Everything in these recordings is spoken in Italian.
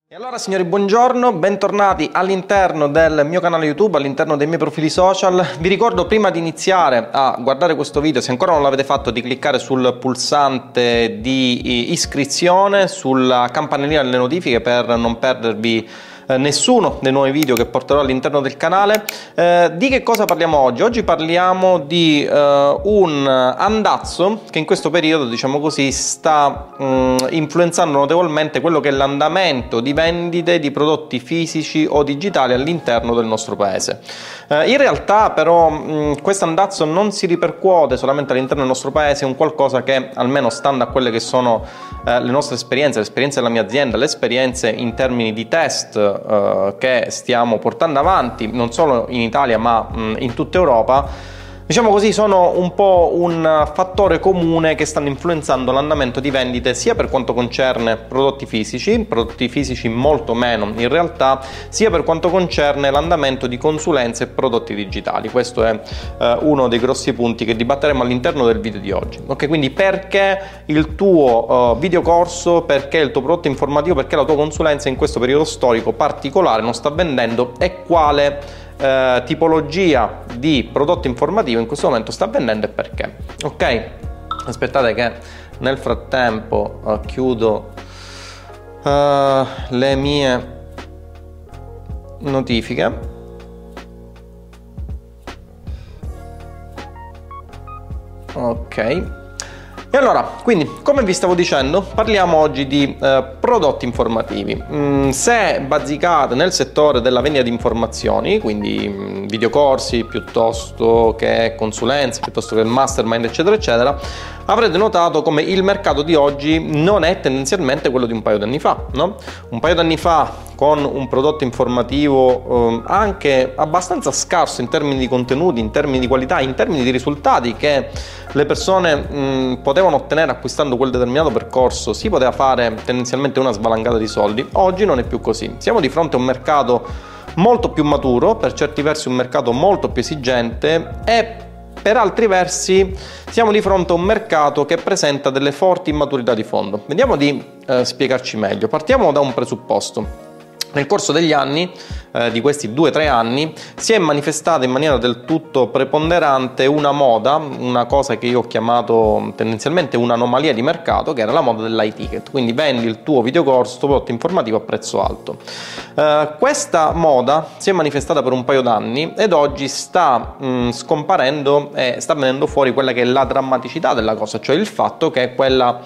E allora signori, buongiorno, bentornati all'interno del mio canale YouTube, all'interno dei miei profili social. Vi ricordo prima di iniziare a guardare questo video, se ancora non l'avete fatto, di cliccare sul pulsante di iscrizione, sulla campanellina delle notifiche per non perdervi nessuno dei nuovi video che porterò all'interno del canale. Di che cosa parliamo oggi? Oggi parliamo di un andazzo che in questo periodo, diciamo così, sta influenzando notevolmente quello che è l'andamento di vendite di prodotti fisici o digitali all'interno del nostro paese. In realtà però questo andazzo non si ripercuote solamente all'interno del nostro paese, è un qualcosa che, almeno stando a quelle che sono le nostre esperienze, l'esperienza della mia azienda, le esperienze in termini di test che stiamo portando avanti non solo in Italia ma in tutta Europa, diciamo così, sono un po' un fattore comune che stanno influenzando l'andamento di vendite sia per quanto concerne prodotti fisici molto meno in realtà, sia per quanto concerne l'andamento di consulenze e prodotti digitali. Questo è uno dei grossi punti che dibatteremo all'interno del video di oggi. Ok, quindi perché il tuo videocorso, perché il tuo prodotto informativo, perché la tua consulenza in questo periodo storico particolare non sta vendendo e quale tipologia di prodotto informativo in questo momento sta vendendo e perché. Ok, aspettate che nel frattempo chiudo le mie notifiche. Ok, e allora, quindi, come vi stavo dicendo, parliamo oggi di prodotti informativi. Se bazzicate nel settore della vendita di informazioni, quindi videocorsi piuttosto che consulenze, piuttosto che mastermind, eccetera, eccetera, avrete notato come il mercato di oggi non è tendenzialmente quello di un paio di anni fa, no? Un paio di anni fa, con un prodotto informativo anche abbastanza scarso in termini di contenuti, in termini di qualità, in termini di risultati che le persone potevano ottenere acquistando quel determinato percorso, si poteva fare tendenzialmente una svalangata di soldi. Oggi non è più così. Siamo di fronte a un mercato molto più maturo, per certi versi un mercato molto più esigente, e per altri versi siamo di fronte a un mercato che presenta delle forti immaturità di fondo. Vediamo di spiegarci meglio. Partiamo da un presupposto. Nel corso degli anni, di questi 2-3 anni, si è manifestata in maniera del tutto preponderante una moda, una cosa che io ho chiamato tendenzialmente un'anomalia di mercato, che era la moda dell'high ticket, quindi vendi il tuo videocorso, il tuo prodotto informativo a prezzo alto. Questa moda si è manifestata per un paio d'anni ed oggi sta scomparendo e sta venendo fuori quella che è la drammaticità della cosa, cioè il fatto che quella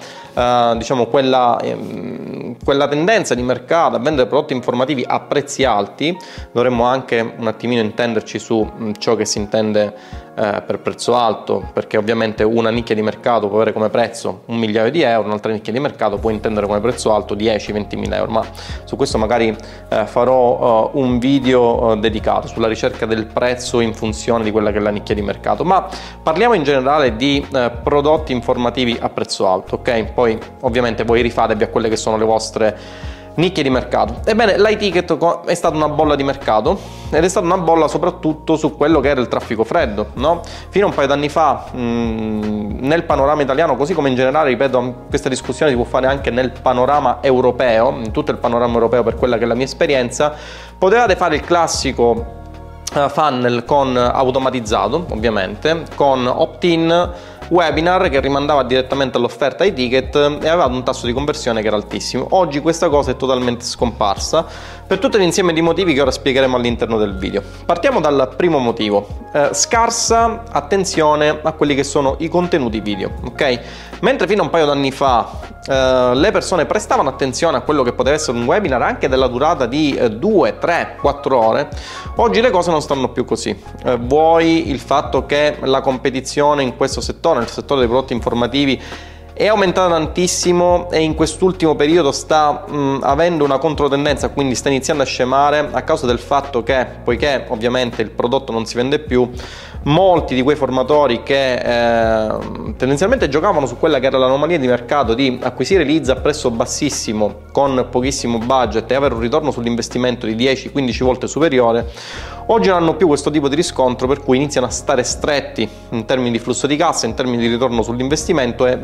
tendenza di mercato a vendere prodotti informativi a prezzi alti, dovremmo anche un attimino intenderci su ciò che si intende per prezzo alto, perché ovviamente una nicchia di mercato può avere come prezzo 1 migliaio di euro, un'altra nicchia di mercato può intendere come prezzo alto 10-20 mila euro, ma su questo magari farò un video dedicato sulla ricerca del prezzo in funzione di quella che è la nicchia di mercato. Ma parliamo in generale di prodotti informativi a prezzo alto, ok? Poi ovviamente voi rifatevi a quelle che sono le vostre nicchie di mercato. Ebbene, l'high ticket è stata una bolla di mercato ed è stata una bolla soprattutto su quello che era il traffico freddo, no? Fino a un paio d'anni fa nel panorama italiano, così come in generale, ripeto, questa discussione si può fare anche nel panorama europeo, in tutto il panorama europeo per quella che è la mia esperienza, potevate fare il classico funnel con automatizzato, ovviamente, con opt-in, webinar che rimandava direttamente all'offerta ai ticket e aveva un tasso di conversione che era altissimo. Oggi questa cosa è totalmente scomparsa per tutto l'insieme di motivi che ora spiegheremo all'interno del video. Partiamo dal primo motivo: scarsa attenzione a quelli che sono i contenuti video, ok? Mentre fino a un paio d'anni fa le persone prestavano attenzione a quello che poteva essere un webinar anche della durata di 2, 3, 4 ore, oggi le cose non stanno più così. Vuoi il fatto che la competizione in questo settore, nel settore dei prodotti informativi, è aumentata tantissimo e in quest'ultimo periodo sta avendo una controtendenza, quindi sta iniziando a scemare a causa del fatto che, poiché ovviamente il prodotto non si vende più, molti di quei formatori che tendenzialmente giocavano su quella che era l'anomalia di mercato di acquisire leads a prezzo bassissimo con pochissimo budget e avere un ritorno sull'investimento di 10-15 volte superiore, oggi non hanno più questo tipo di riscontro, per cui iniziano a stare stretti in termini di flusso di cassa, in termini di ritorno sull'investimento e materialmente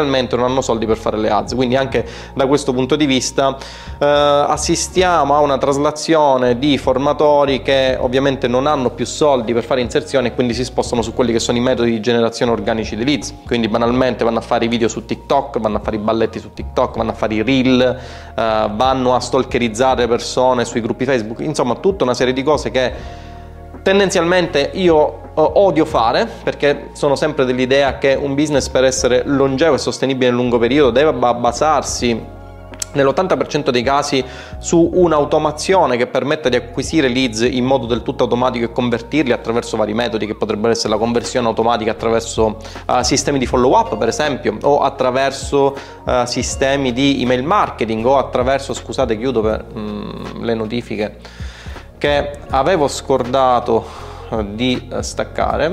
tendenzialmente non hanno soldi per fare le ads. Quindi anche da questo punto di vista assistiamo a una traslazione di formatori che ovviamente non hanno più soldi per fare inserzioni e quindi si spostano su quelli che sono i metodi di generazione organici di leads. Quindi banalmente vanno a fare i video su TikTok, vanno a fare i balletti su TikTok, vanno a fare i reel, vanno a stalkerizzare persone sui gruppi Facebook, insomma tutta una serie di cose che tendenzialmente io odio fare, perché sono sempre dell'idea che un business per essere longevo e sostenibile nel lungo periodo deve basarsi nell'80% dei casi su un'automazione che permetta di acquisire leads in modo del tutto automatico e convertirli attraverso vari metodi, che potrebbero essere la conversione automatica attraverso sistemi di follow up per esempio, o attraverso sistemi di email marketing, o attraverso, scusate chiudo per le notifiche che avevo scordato di staccare.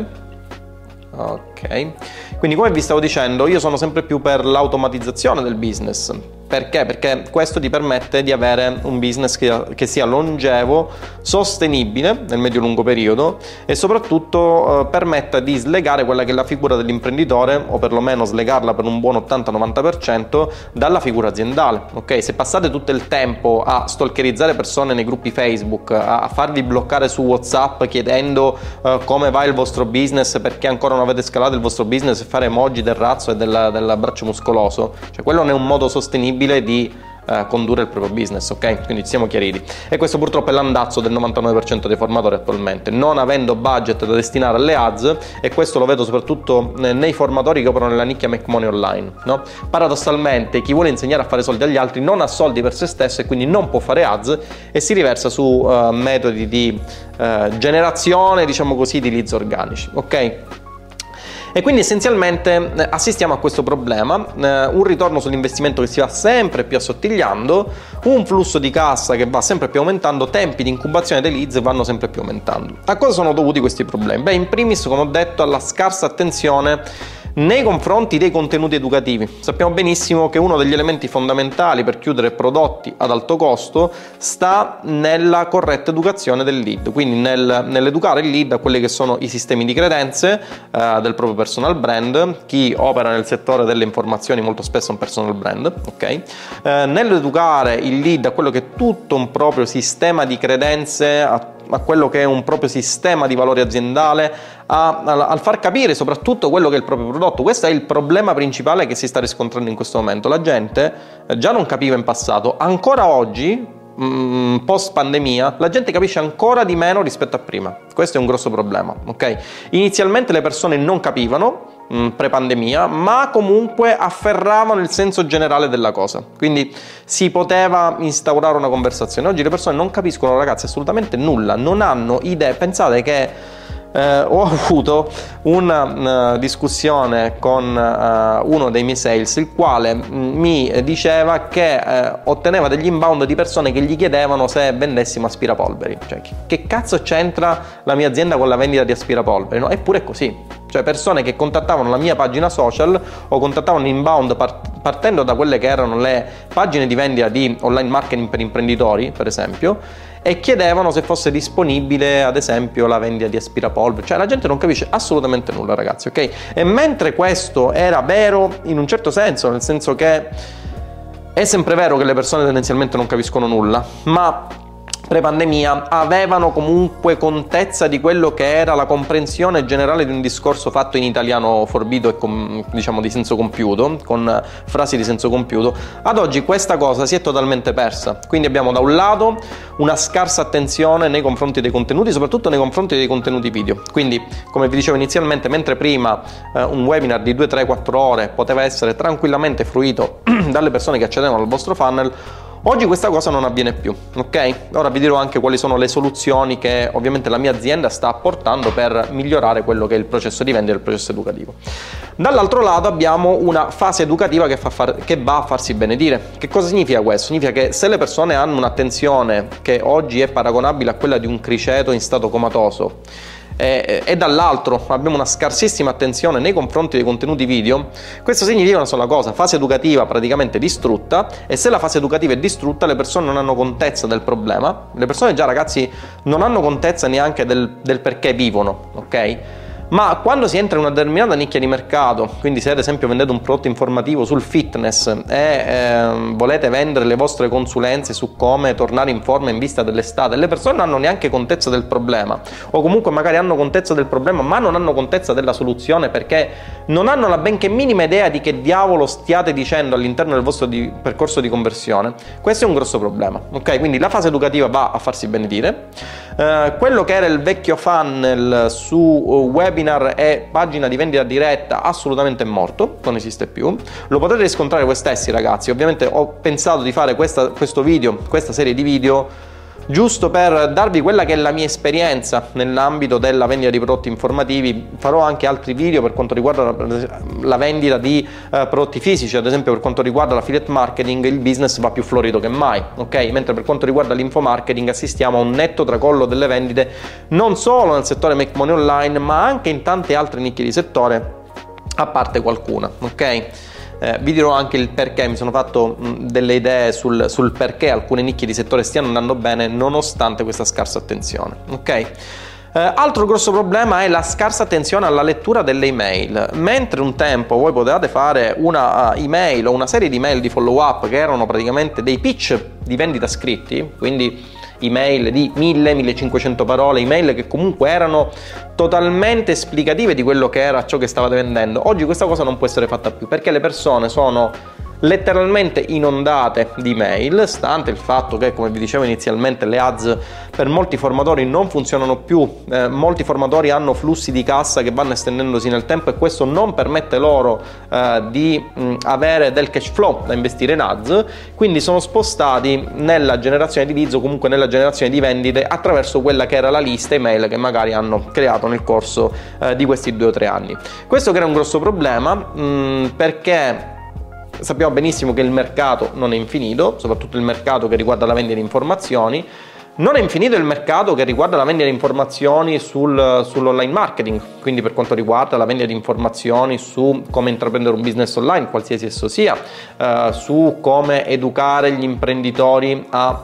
Ok, quindi come vi stavo dicendo, io sono sempre più per l'automatizzazione del business. Perché? Perché questo ti permette di avere un business che sia longevo, sostenibile nel medio-lungo periodo e soprattutto permetta di slegare quella che è la figura dell'imprenditore, o perlomeno slegarla per un buon 80-90% dalla figura aziendale. Ok, se passate tutto il tempo a stalkerizzare persone nei gruppi Facebook, a farvi bloccare su WhatsApp chiedendo come va il vostro business, perché ancora non avete scalato il vostro business, e fare emoji del razzo e del braccio muscoloso, cioè quello non è un modo sostenibile di condurre il proprio business, ok? Quindi ci siamo chiariti. E questo purtroppo è l'andazzo del 99% dei formatori attualmente, non avendo budget da destinare alle ads, e questo lo vedo soprattutto nei formatori che operano nella nicchia Make Money Online, no? Paradossalmente chi vuole insegnare a fare soldi agli altri non ha soldi per se stesso e quindi non può fare ads, e si riversa su metodi di generazione, diciamo così, di leads organici, ok? E quindi essenzialmente assistiamo a questo problema, un ritorno sull'investimento che si va sempre più assottigliando, un flusso di cassa che va sempre più aumentando, tempi di incubazione dei leads vanno sempre più aumentando. A cosa sono dovuti questi problemi? Beh, in primis, come ho detto, alla scarsa attenzione nei confronti dei contenuti educativi. Sappiamo benissimo che uno degli elementi fondamentali per chiudere prodotti ad alto costo sta nella corretta educazione del lead, quindi nell'educare il lead a quelli che sono i sistemi di credenze del proprio personal brand. Chi opera nel settore delle informazioni molto spesso è un personal brand, ok? Nell'educare il lead a quello che è tutto un proprio sistema di credenze, a quello che è un proprio sistema di valore aziendale, al far capire soprattutto quello che è il proprio prodotto. Questo è il problema principale che si sta riscontrando in questo momento. La gente già non capiva in passato, ancora oggi, post pandemia, la gente capisce ancora di meno rispetto a prima. Questo è un grosso problema, ok? Inizialmente le persone non capivano pre-pandemia, ma comunque afferravano il senso generale della cosa, quindi si poteva instaurare una conversazione. Oggi le persone non capiscono, ragazzi, assolutamente nulla, non hanno idee. Pensate che ho avuto una discussione con uno dei miei sales, il quale mi diceva che otteneva degli inbound di persone che gli chiedevano se vendessimo aspirapolveri. Cioè, che cazzo c'entra la mia azienda con la vendita di aspirapolveri? No? Eppure è così. Cioè, persone che contattavano la mia pagina social o contattavano inbound partendo da quelle che erano le pagine di vendita di online marketing per imprenditori, per esempio, e chiedevano se fosse disponibile ad esempio la vendita di aspirapolvere. Cioè la gente non capisce assolutamente nulla, ragazzi, ok? E mentre questo era vero in un certo senso, nel senso che è sempre vero che le persone tendenzialmente non capiscono nulla, ma pre-pandemia avevano comunque contezza di quello che era la comprensione generale di un discorso fatto in italiano forbito e diciamo di senso compiuto, con frasi di senso compiuto. Ad oggi questa cosa si è totalmente persa, quindi abbiamo da un lato una scarsa attenzione nei confronti dei contenuti, soprattutto nei confronti dei contenuti video. Quindi, come vi dicevo inizialmente, mentre prima un webinar di 2, 3, 4 ore poteva essere tranquillamente fruito dalle persone che accedevano al vostro funnel, oggi questa cosa non avviene più, ok? Ora vi dirò anche quali sono le soluzioni che ovviamente la mia azienda sta apportando per migliorare quello che è il processo di vendita e il processo educativo. Dall'altro lato abbiamo una fase educativa che va a farsi benedire. Che cosa significa questo? Significa che se le persone hanno un'attenzione che oggi è paragonabile a quella di un criceto in stato comatoso, e dall'altro abbiamo una scarsissima attenzione nei confronti dei contenuti video, questo significa una sola cosa: fase educativa praticamente distrutta. E se la fase educativa è distrutta, le persone non hanno contezza del problema. Le persone già, ragazzi, non hanno contezza neanche del perché vivono, ok? Ma quando si entra in una determinata nicchia di mercato, quindi se ad esempio vendete un prodotto informativo sul fitness e volete vendere le vostre consulenze su come tornare in forma in vista dell'estate, le persone non hanno neanche contezza del problema, o comunque magari hanno contezza del problema ma non hanno contezza della soluzione, perché non hanno la benché minima idea di che diavolo stiate dicendo all'interno del vostro percorso di conversione. Questo è un grosso problema, ok? Quindi la fase educativa va a farsi benedire. Quello che era il vecchio funnel su webinar e pagina di vendita diretta assolutamente morto, non esiste più. Lo potete riscontrare voi stessi, ragazzi. Ovviamente ho pensato di fare questa serie di video giusto per darvi quella che è la mia esperienza nell'ambito della vendita di prodotti informativi. Farò anche altri video per quanto riguarda la vendita di prodotti fisici, ad esempio per quanto riguarda l'affiliate marketing il business va più florido che mai, ok? Mentre per quanto riguarda l'infomarketing assistiamo a un netto tracollo delle vendite non solo nel settore make money online ma anche in tante altre nicchie di settore, a parte qualcuna, ok? Vi dirò anche il perché, mi sono fatto delle idee sul perché alcune nicchie di settore stiano andando bene nonostante questa scarsa attenzione, ok? Altro grosso problema è la scarsa attenzione alla lettura delle email. Mentre un tempo voi potevate fare una email o una serie di email di follow up che erano praticamente dei pitch di vendita scritti, quindi email di 1000-1500 parole, email che comunque erano totalmente esplicative di quello che era ciò che stavate vendendo. Oggi questa cosa non può essere fatta più, perché le persone sono letteralmente inondate di mail, stante il fatto che, come vi dicevo inizialmente, le ads per molti formatori non funzionano più, molti formatori hanno flussi di cassa che vanno estendendosi nel tempo e questo non permette loro di avere del cash flow da investire in ads, quindi sono spostati nella generazione di leads o comunque nella generazione di vendite attraverso quella che era la lista email che magari hanno creato nel corso di questi 2 o 3 anni. Questo crea un grosso problema perché sappiamo benissimo che il mercato non è infinito, soprattutto il mercato che riguarda la vendita di informazioni. Non è infinito il mercato che riguarda la vendita di informazioni sull'online marketing, quindi per quanto riguarda la vendita di informazioni su come intraprendere un business online, qualsiasi esso sia, su come educare gli imprenditori a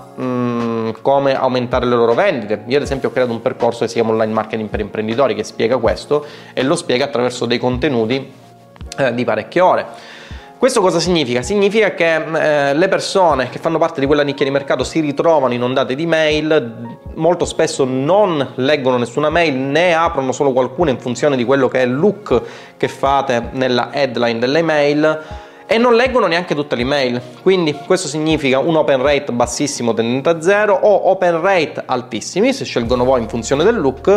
come aumentare le loro vendite. Io ad esempio ho creato un percorso che si chiama Online Marketing per Imprenditori che spiega questo e lo spiega attraverso dei contenuti di parecchie ore. Questo cosa significa? Significa che le persone che fanno parte di quella nicchia di mercato si ritrovano inondate di mail, molto spesso non leggono nessuna mail, ne aprono solo qualcuna in funzione di quello che è il look che fate nella headline delle mail e non leggono neanche tutte le mail. Quindi questo significa un open rate bassissimo tendente a 0 o open rate altissimi se scelgono voi in funzione del look,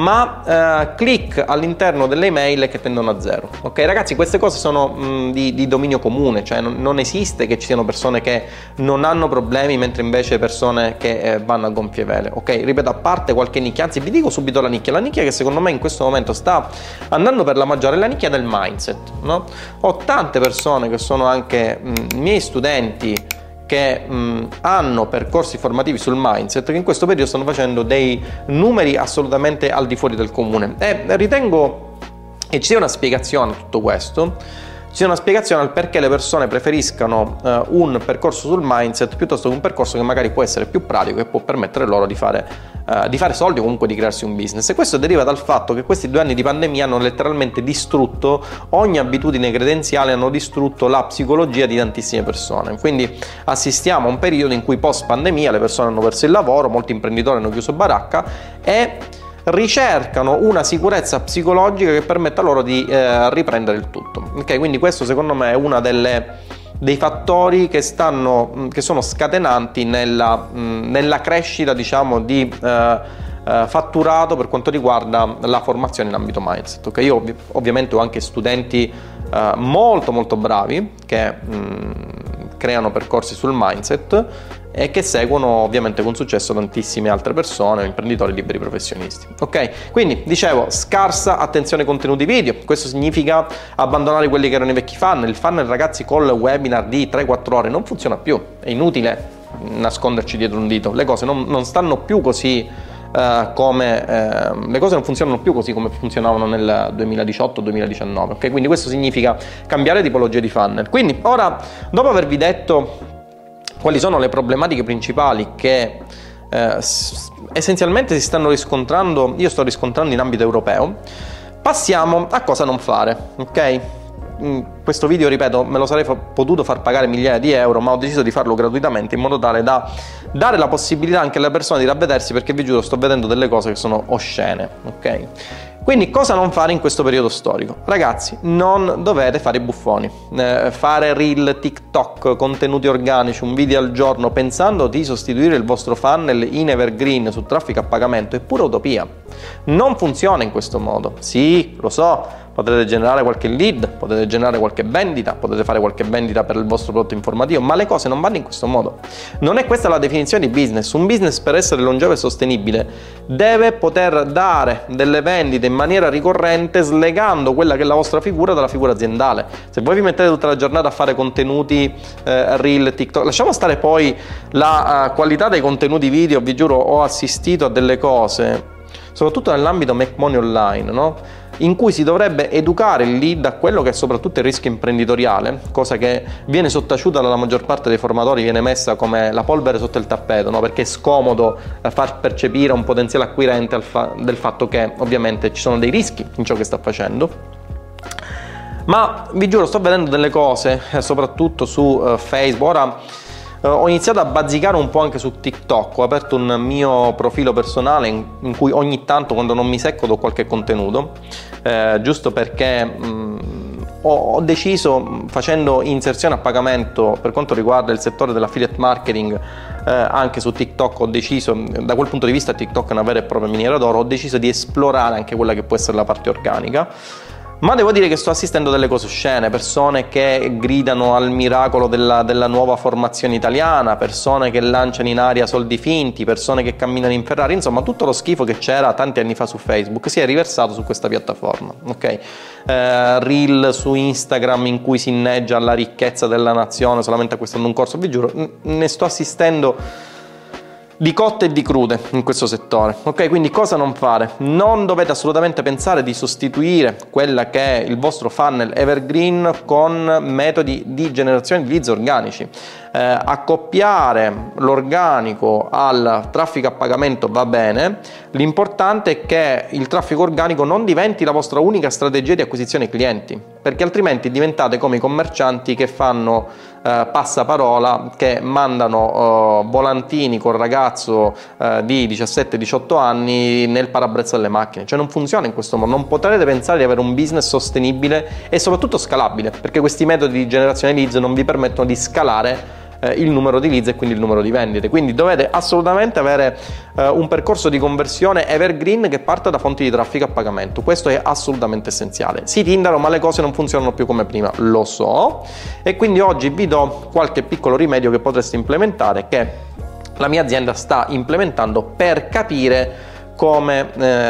ma click all'interno delle email che tendono a 0. Ok ragazzi, queste cose sono di dominio comune, cioè non esiste che ci siano persone che non hanno problemi mentre invece persone che vanno a gonfie vele. Ok, ripeto, a parte qualche nicchia, anzi vi dico subito la nicchia che secondo me in questo momento sta andando per la maggiore è la nicchia del mindset, no? Ho tante persone che sono anche miei studenti che hanno percorsi formativi sul mindset che in questo periodo stanno facendo dei numeri assolutamente al di fuori del comune e ritengo che ci sia una spiegazione a tutto questo. Ci sia una spiegazione al perché le persone preferiscano un percorso sul mindset piuttosto che un percorso che magari può essere più pratico e può permettere loro di fare soldi o comunque di crearsi un business. E questo deriva dal fatto che questi 2 anni di pandemia hanno letteralmente distrutto ogni abitudine credenziale, hanno distrutto la psicologia di tantissime persone. Quindi assistiamo a un periodo in cui post pandemia le persone hanno perso il lavoro, molti imprenditori hanno chiuso baracca e ricercano una sicurezza psicologica che permetta loro di riprendere il tutto. Ok, quindi questo secondo me è una dei fattori che sono scatenanti nella crescita, diciamo, di fatturato per quanto riguarda la formazione in ambito mindset. Ok, io ovviamente ho anche studenti molto molto bravi che creano percorsi sul mindset e che seguono ovviamente con successo tantissime altre persone, imprenditori liberi professionisti. Ok, quindi dicevo, scarsa attenzione ai contenuti video. Questo significa abbandonare quelli che erano i vecchi funnel. Il funnel, ragazzi, col webinar di 3-4 ore non funziona più, è inutile nasconderci dietro un dito, le cose non stanno più così le cose non funzionano più così come funzionavano nel 2018-2019. Ok, quindi questo significa cambiare tipologia di funnel. Quindi ora, dopo avervi detto quali sono le problematiche principali che essenzialmente si stanno riscontrando, io sto riscontrando in ambito europeo, Passiamo a cosa non fare, ok? Questo video, ripeto, me lo sarei potuto far pagare migliaia di euro, ma ho deciso di farlo gratuitamente in modo tale da dare la possibilità anche alle persone di ravvedersi, perché vi giuro sto vedendo delle cose che sono oscene, ok? Quindi cosa non fare in questo periodo storico? Ragazzi, non dovete fare i buffoni, fare reel, TikTok, contenuti organici, un video al giorno pensando di sostituire il vostro funnel in evergreen su traffico a pagamento è pura utopia. Non funziona in questo modo. Sì, lo so, potete generare qualche lead, potete generare qualche vendita, potete fare qualche vendita per il vostro prodotto informativo, ma le cose non vanno in questo modo. Non è questa la definizione di business. Un business, per essere longevo e sostenibile, deve poter dare delle vendite in maniera ricorrente, slegando quella che è la vostra figura dalla figura aziendale. Se voi vi mettete tutta la giornata a fare contenuti reel, TikTok, lasciamo stare poi la qualità dei contenuti video, vi giuro, ho assistito a delle cose, soprattutto nell'ambito Make Money Online, no? In cui si dovrebbe educare il lead a quello che è soprattutto il rischio imprenditoriale, cosa che viene sottaciuta dalla maggior parte dei formatori, viene messa come la polvere sotto il tappeto, no? Perché è scomodo far percepire un potenziale acquirente del fatto che ovviamente ci sono dei rischi in ciò che sta facendo. Ma vi giuro, sto vedendo delle cose, soprattutto su Facebook. Ora ho iniziato a bazzicare un po' anche su TikTok, ho aperto un mio profilo personale in cui ogni tanto, quando non mi secco, do qualche contenuto, giusto perché ho deciso, facendo inserzione a pagamento per quanto riguarda il settore dell'affiliate marketing, anche su TikTok, ho deciso, da quel punto di vista TikTok è una vera e propria miniera d'oro, ho deciso di esplorare anche quella che può essere la parte organica. Ma devo dire che sto assistendo a delle cose oscene, persone che gridano al miracolo della nuova formazione italiana, persone che lanciano in aria soldi finti, persone che camminano in Ferrari, insomma tutto lo schifo che c'era tanti anni fa su Facebook si è riversato su questa piattaforma, ok? Reel su Instagram in cui si inneggia alla ricchezza della nazione solamente acquistando un corso, vi giuro, ne sto assistendo di cotte e di crude in questo settore, ok? Quindi cosa non fare? Non dovete assolutamente pensare di sostituire quella che è il vostro funnel evergreen con metodi di generazione di leads organici. Accoppiare l'organico al traffico a pagamento va bene, l'importante è che il traffico organico non diventi la vostra unica strategia di acquisizione clienti, perché altrimenti diventate come i commercianti che fanno passaparola, che mandano volantini col ragazzo di 17-18 anni nel parabrezza delle macchine. Cioè non funziona in questo modo, non potrete pensare di avere un business sostenibile e soprattutto scalabile, perché questi metodi di generazione leads non vi permettono di scalare il numero di leads e quindi il numero di vendite. Quindi dovete assolutamente avere un percorso di conversione evergreen che parta da fonti di traffico a pagamento. Questo è assolutamente essenziale. Si tindano, ma le cose non funzionano più come prima, lo so, e quindi oggi vi do qualche piccolo rimedio che potreste implementare, che la mia azienda sta implementando per capire come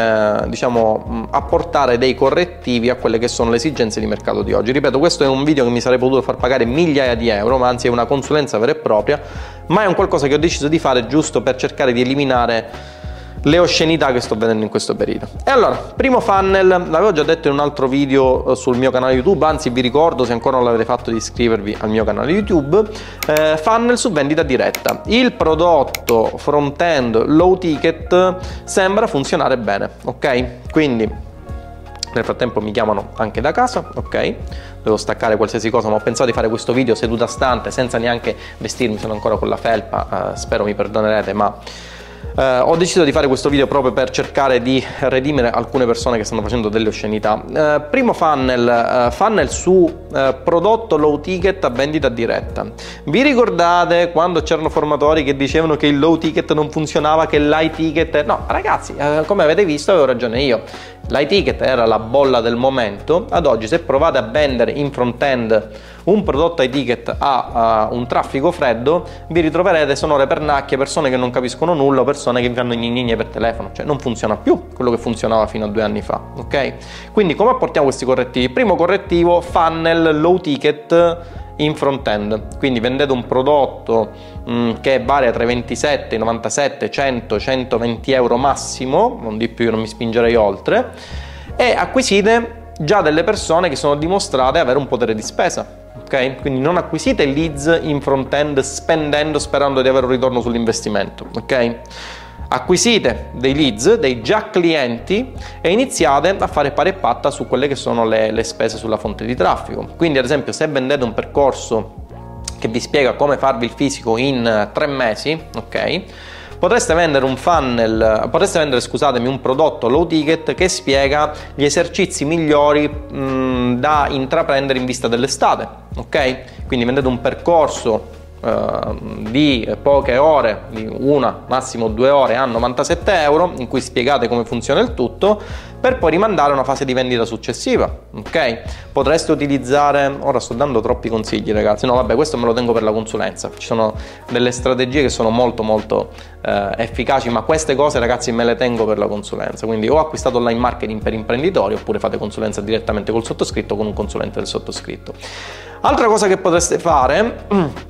apportare dei correttivi a quelle che sono le esigenze di mercato di oggi. Ripeto, questo è un video che mi sarei potuto far pagare migliaia di euro, ma anzi è una consulenza vera e propria, ma è un qualcosa che ho deciso di fare giusto per cercare di eliminare le oscenità che sto vedendo in questo periodo. E allora, primo funnel, l'avevo già detto in un altro video sul mio canale YouTube, anzi vi ricordo, se ancora non l'avete fatto, di iscrivervi al mio canale YouTube. Funnel su vendita diretta. Il prodotto front-end low ticket sembra funzionare bene, ok? Quindi nel frattempo mi chiamano anche da casa, ok? Devo staccare qualsiasi cosa, ma ho pensato di fare questo video seduta stante, senza neanche vestirmi, sono ancora con la felpa, spero mi perdonerete, ma ho deciso di fare questo video proprio per cercare di redimere alcune persone che stanno facendo delle oscenità. Primo funnel su prodotto low ticket a vendita diretta. Vi ricordate quando c'erano formatori che dicevano che il low ticket non funzionava, che l'high ticket... No, ragazzi, come avete visto avevo ragione io. L'high ticket era la bolla del momento. Ad oggi, se provate a vendere in front-end un prodotto high ticket a un traffico freddo, vi ritroverete sonore pernacchie, persone che non capiscono nulla, persone che vi fanno gnigne per telefono. Cioè non funziona più quello che funzionava fino a 2 anni fa, ok? Quindi come apportiamo questi correttivi? Primo correttivo, funnel low ticket in front-end. Quindi vendete un prodotto che varia tra i 27, i 97, 100, 120 euro massimo, non di più, io non mi spingerei oltre, e acquisite già delle persone che sono dimostrate avere un potere di spesa. Ok? Quindi non acquisite leads in front-end spendendo, sperando di avere un ritorno sull'investimento, ok? acquisite dei leads, dei già clienti, e iniziate a fare pari e patta su quelle che sono le spese sulla fonte di traffico. Quindi ad esempio, se vendete un percorso che vi spiega come farvi il fisico in 3 mesi, ok? Potreste vendere un un prodotto low ticket che spiega gli esercizi migliori da intraprendere in vista dell'estate, ok? Quindi vendete un percorso di poche ore, di 1 massimo 2 ore a 97 euro, in cui spiegate come funziona il tutto, per poi rimandare a una fase di vendita successiva, ok? Potreste utilizzare, ora sto dando troppi consigli ragazzi, no vabbè, questo me lo tengo per la consulenza, ci sono delle strategie che sono molto efficaci, ma queste cose ragazzi me le tengo per la consulenza. Quindi o acquistate online marketing per imprenditori, oppure fate consulenza direttamente col sottoscritto, con un consulente del sottoscritto. Altra cosa che potreste fare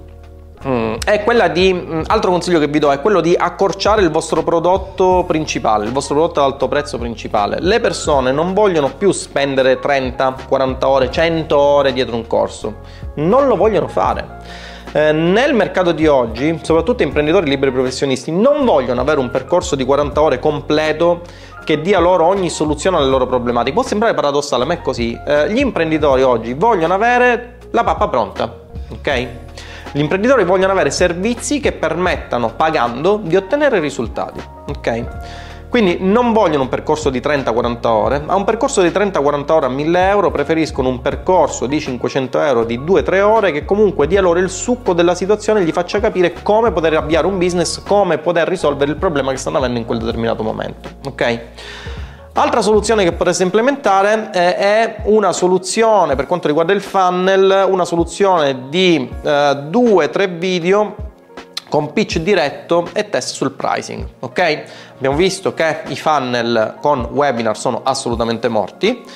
è quella altro consiglio che vi do è quello di accorciare il vostro prodotto principale, il vostro prodotto ad alto prezzo principale. Le persone non vogliono più spendere 30, 40 ore, 100 ore dietro un corso, non lo vogliono fare. Nel mercato di oggi, soprattutto imprenditori liberi professionisti, non vogliono avere un percorso di 40 ore completo che dia loro ogni soluzione alle loro problematiche. Può sembrare paradossale, ma è così. Gli imprenditori oggi vogliono avere la pappa pronta, ok? Gli imprenditori vogliono avere servizi che permettano, pagando, di ottenere risultati, ok? Quindi non vogliono un percorso di 30-40 ore, a un percorso di 30-40 ore a 1000 euro preferiscono un percorso di 500 euro di 2-3 ore che comunque dia loro il succo della situazione e gli faccia capire come poter avviare un business, come poter risolvere il problema che stanno avendo in quel determinato momento, ok? Altra soluzione che potreste implementare è una soluzione per quanto riguarda il funnel, una soluzione di 2-3 video con pitch diretto e test sul pricing, ok? Abbiamo visto che i funnel con webinar sono assolutamente morti.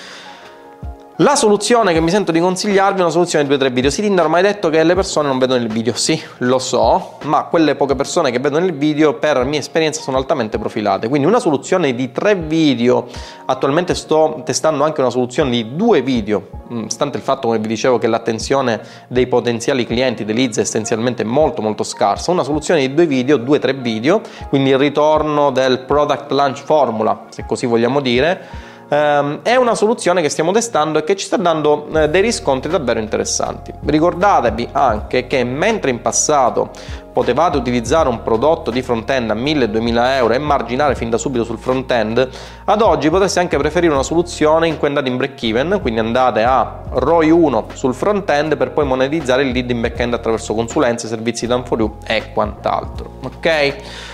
La soluzione che mi sento di consigliarvi è una soluzione di 2-3 video. Sì, Tinder ha mai detto che le persone non vedono il video. Sì, lo so, ma quelle poche persone che vedono il video, per mia esperienza, sono altamente profilate. Quindi una soluzione di 3 video, attualmente sto testando anche una soluzione di 2 video, stante il fatto, come vi dicevo, che l'attenzione dei potenziali clienti, dei leads, è essenzialmente molto scarsa. Una soluzione di 2 video, 2-3 video, quindi il ritorno del product launch formula, se così vogliamo dire. È una soluzione che stiamo testando e che ci sta dando dei riscontri davvero interessanti. Ricordatevi anche che mentre in passato potevate utilizzare un prodotto di front-end a 1000-2000 euro e marginare fin da subito sul front-end, ad oggi potreste anche preferire una soluzione in cui andate in break-even, quindi andate a ROI 1 sul front-end per poi monetizzare il lead in back-end attraverso consulenze, servizi done for you e quant'altro, ok?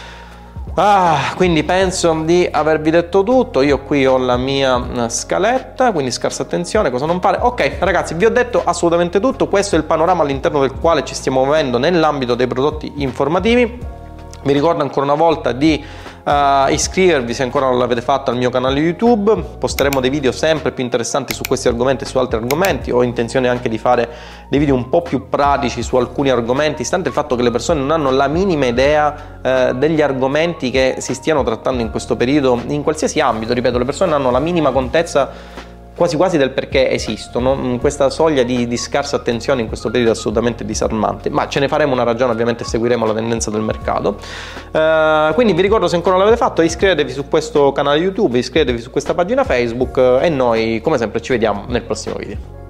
Quindi penso di avervi detto tutto. Io qui ho la mia scaletta, quindi scarsa attenzione, cosa non fare. Ok ragazzi, vi ho detto assolutamente tutto. Questo è il panorama all'interno del quale ci stiamo muovendo nell'ambito dei prodotti informativi. Vi ricordo ancora una volta di iscrivervi, se ancora non l'avete fatto, al mio canale YouTube. Posteremo dei video sempre più interessanti su questi argomenti e su altri argomenti. Ho intenzione anche di fare dei video un po' più pratici su alcuni argomenti, stante il fatto che le persone non hanno la minima idea degli argomenti che si stiano trattando in questo periodo, in qualsiasi ambito. Ripeto, le persone non hanno la minima contezza quasi del perché esistono. Questa soglia di scarsa attenzione in questo periodo è assolutamente disarmante, ma ce ne faremo una ragione, ovviamente seguiremo la tendenza del mercato. Quindi vi ricordo, se ancora non l'avete fatto, iscrivetevi su questo canale YouTube, iscrivetevi su questa pagina Facebook e noi come sempre ci vediamo nel prossimo video.